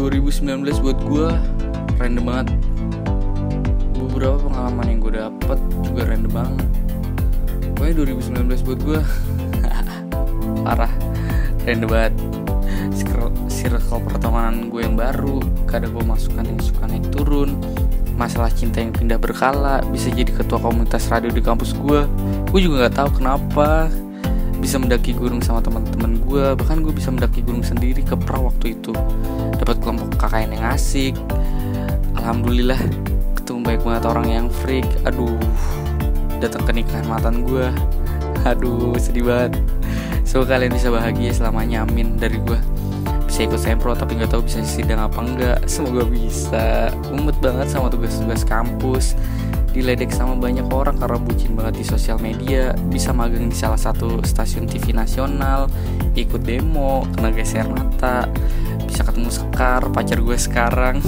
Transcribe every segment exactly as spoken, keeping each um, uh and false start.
dua ribu sembilan belas buat gue random banget. Beberapa pengalaman yang gue dapet juga random banget. Pokoknya dua ribu sembilan belas buat gue parah, random banget. Circle, circle pertemanan gue yang baru, kadang gue masukkan yang suka naik turun, masalah cinta yang pindah berkala, bisa jadi ketua komunitas radio di kampus gue. Gue juga gak tahu kenapa bisa mendaki gunung sama teman-teman gue. Bahkan gue bisa mendaki gunung sendiri ke perahu waktu itu. Dapat kelompok K K N yang asik. Alhamdulillah ketemu baik banget orang yang freak. Aduh, datang ke nikahan mantan gue. Aduh, sedih banget. Semoga kalian bisa bahagia selamanya, amin dari gue. Bisa ikut sempro tapi gak tahu bisa sidang apa enggak. Semoga bisa. Umet banget sama tugas-tugas kampus, diledek sama banyak orang karena bucin banget di sosial media. Bisa magang di salah satu stasiun T V nasional, ikut demo, kena geser mata. Bisa ketemu Sekar, pacar gue sekarang.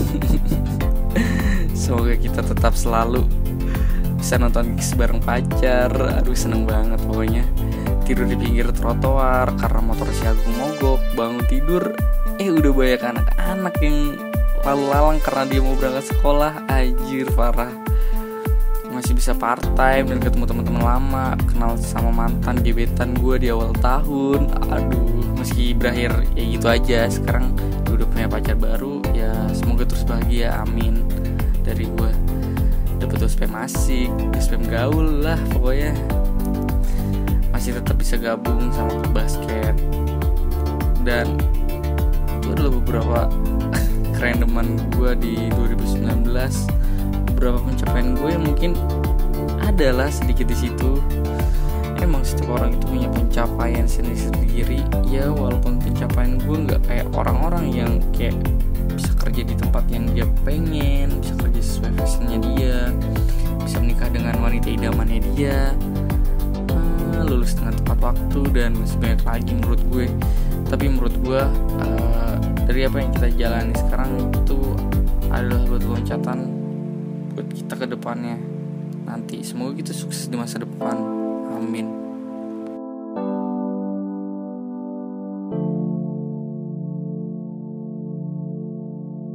Semoga kita tetap selalu bisa nonton gigs bareng pacar. Aduh, seneng banget pokoknya. Tidur di pinggir trotoar karena motor si Agung mogok. Bangun tidur, eh udah banyak anak-anak yang lalu lalang karena dia mau berangkat sekolah. Anjir, parah. Masih bisa part time dan ketemu teman-teman lama, kenal sama mantan gebetan gue di awal tahun. Aduh, meski berakhir ya gitu aja, sekarang gue udah punya pacar baru. Ya semoga terus bahagia, amin dari gue. Dapet U S P asik, U S P gaul lah pokoknya. Masih tetap bisa gabung sama klub basket. Dan itu adalah beberapa kerandoman gue di dua ribu sembilan belas. Beberapa pencapaian gue yang mungkin adalah sedikit di situ. Emang setiap orang itu punya pencapaian sendiri-sendiri. Ya walaupun pencapaian gue nggak kayak orang-orang yang kayak bisa kerja di tempat yang dia pengen, bisa kerja sesuai fashionnya dia, bisa menikah dengan wanita idamannya dia, ah, lulus dengan tepat waktu, dan masih banyak lagi menurut gue. Tapi menurut gue uh, dari apa yang kita jalani sekarang itu adalah buat loncatan buat kita ke depannya nanti. Semoga kita sukses di masa depan, amin.